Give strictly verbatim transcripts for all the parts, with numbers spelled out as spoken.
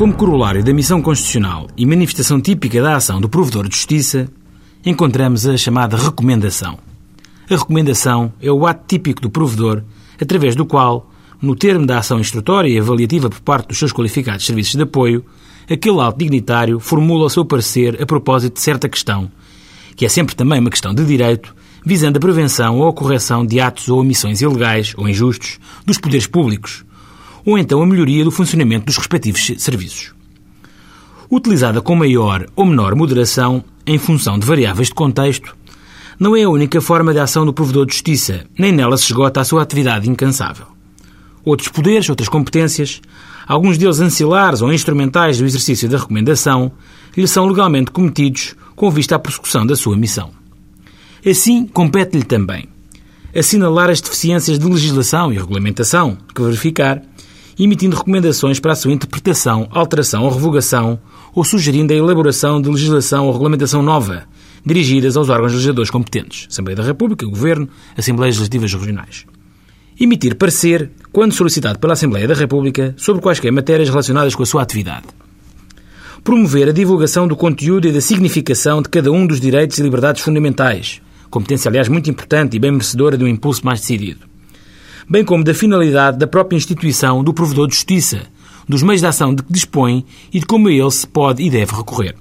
Como corolário da missão constitucional e manifestação típica da ação do provedor de justiça, encontramos a chamada recomendação. A recomendação é o ato típico do provedor, através do qual, no termo da ação instrutória e avaliativa por parte dos seus qualificados serviços de apoio, aquele alto dignitário formula o seu parecer a propósito de certa questão, que é sempre também uma questão de direito, visando a prevenção ou a correção de atos ou omissões ilegais ou injustos dos poderes públicos, ou então a melhoria do funcionamento dos respectivos serviços. Utilizada com maior ou menor moderação, em função de variáveis de contexto, não é a única forma de ação do provedor de justiça, nem nela se esgota a sua atividade incansável. Outros poderes, outras competências, alguns deles ancilares ou instrumentais do exercício da recomendação, lhe são legalmente cometidos com vista à prossecução da sua missão. Assim, compete-lhe também assinalar as deficiências de legislação e regulamentação que verificar, emitindo recomendações para a sua interpretação, alteração ou revogação, ou sugerindo a elaboração de legislação ou regulamentação nova, dirigidas aos órgãos legisladores competentes, Assembleia da República, Governo, Assembleias Legislativas Regionais. Emitir parecer, quando solicitado pela Assembleia da República, sobre quaisquer matérias relacionadas com a sua atividade. Promover a divulgação do conteúdo e da significação de cada um dos direitos e liberdades fundamentais, competência, aliás, muito importante e bem merecedora de um impulso mais decidido, bem como da finalidade da própria instituição do provedor de justiça, dos meios de ação de que dispõe e de como a ele se pode e deve recorrer.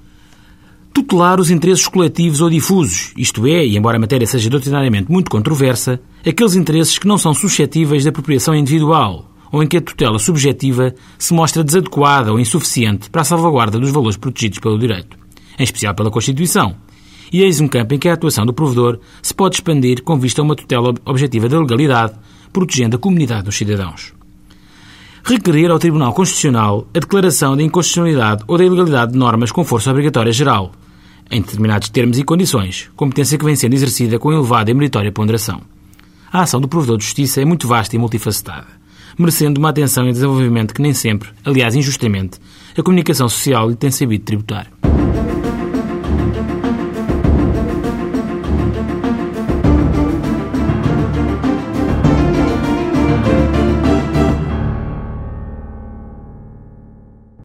Tutelar os interesses coletivos ou difusos, isto é, e embora a matéria seja doutrinariamente muito controversa, aqueles interesses que não são suscetíveis de apropriação individual ou em que a tutela subjetiva se mostra desadequada ou insuficiente para a salvaguarda dos valores protegidos pelo direito, em especial pela Constituição. E eis um campo em que a atuação do provedor se pode expandir com vista a uma tutela objetiva da legalidade, protegendo a comunidade dos cidadãos. Requerer ao Tribunal Constitucional a declaração da inconstitucionalidade ou da ilegalidade de normas com força obrigatória geral, em determinados termos e condições, competência que vem sendo exercida com elevada e meritória ponderação. A ação do provedor de justiça é muito vasta e multifacetada, merecendo uma atenção e desenvolvimento que nem sempre, aliás injustamente, a comunicação social lhe tem sabido tributar.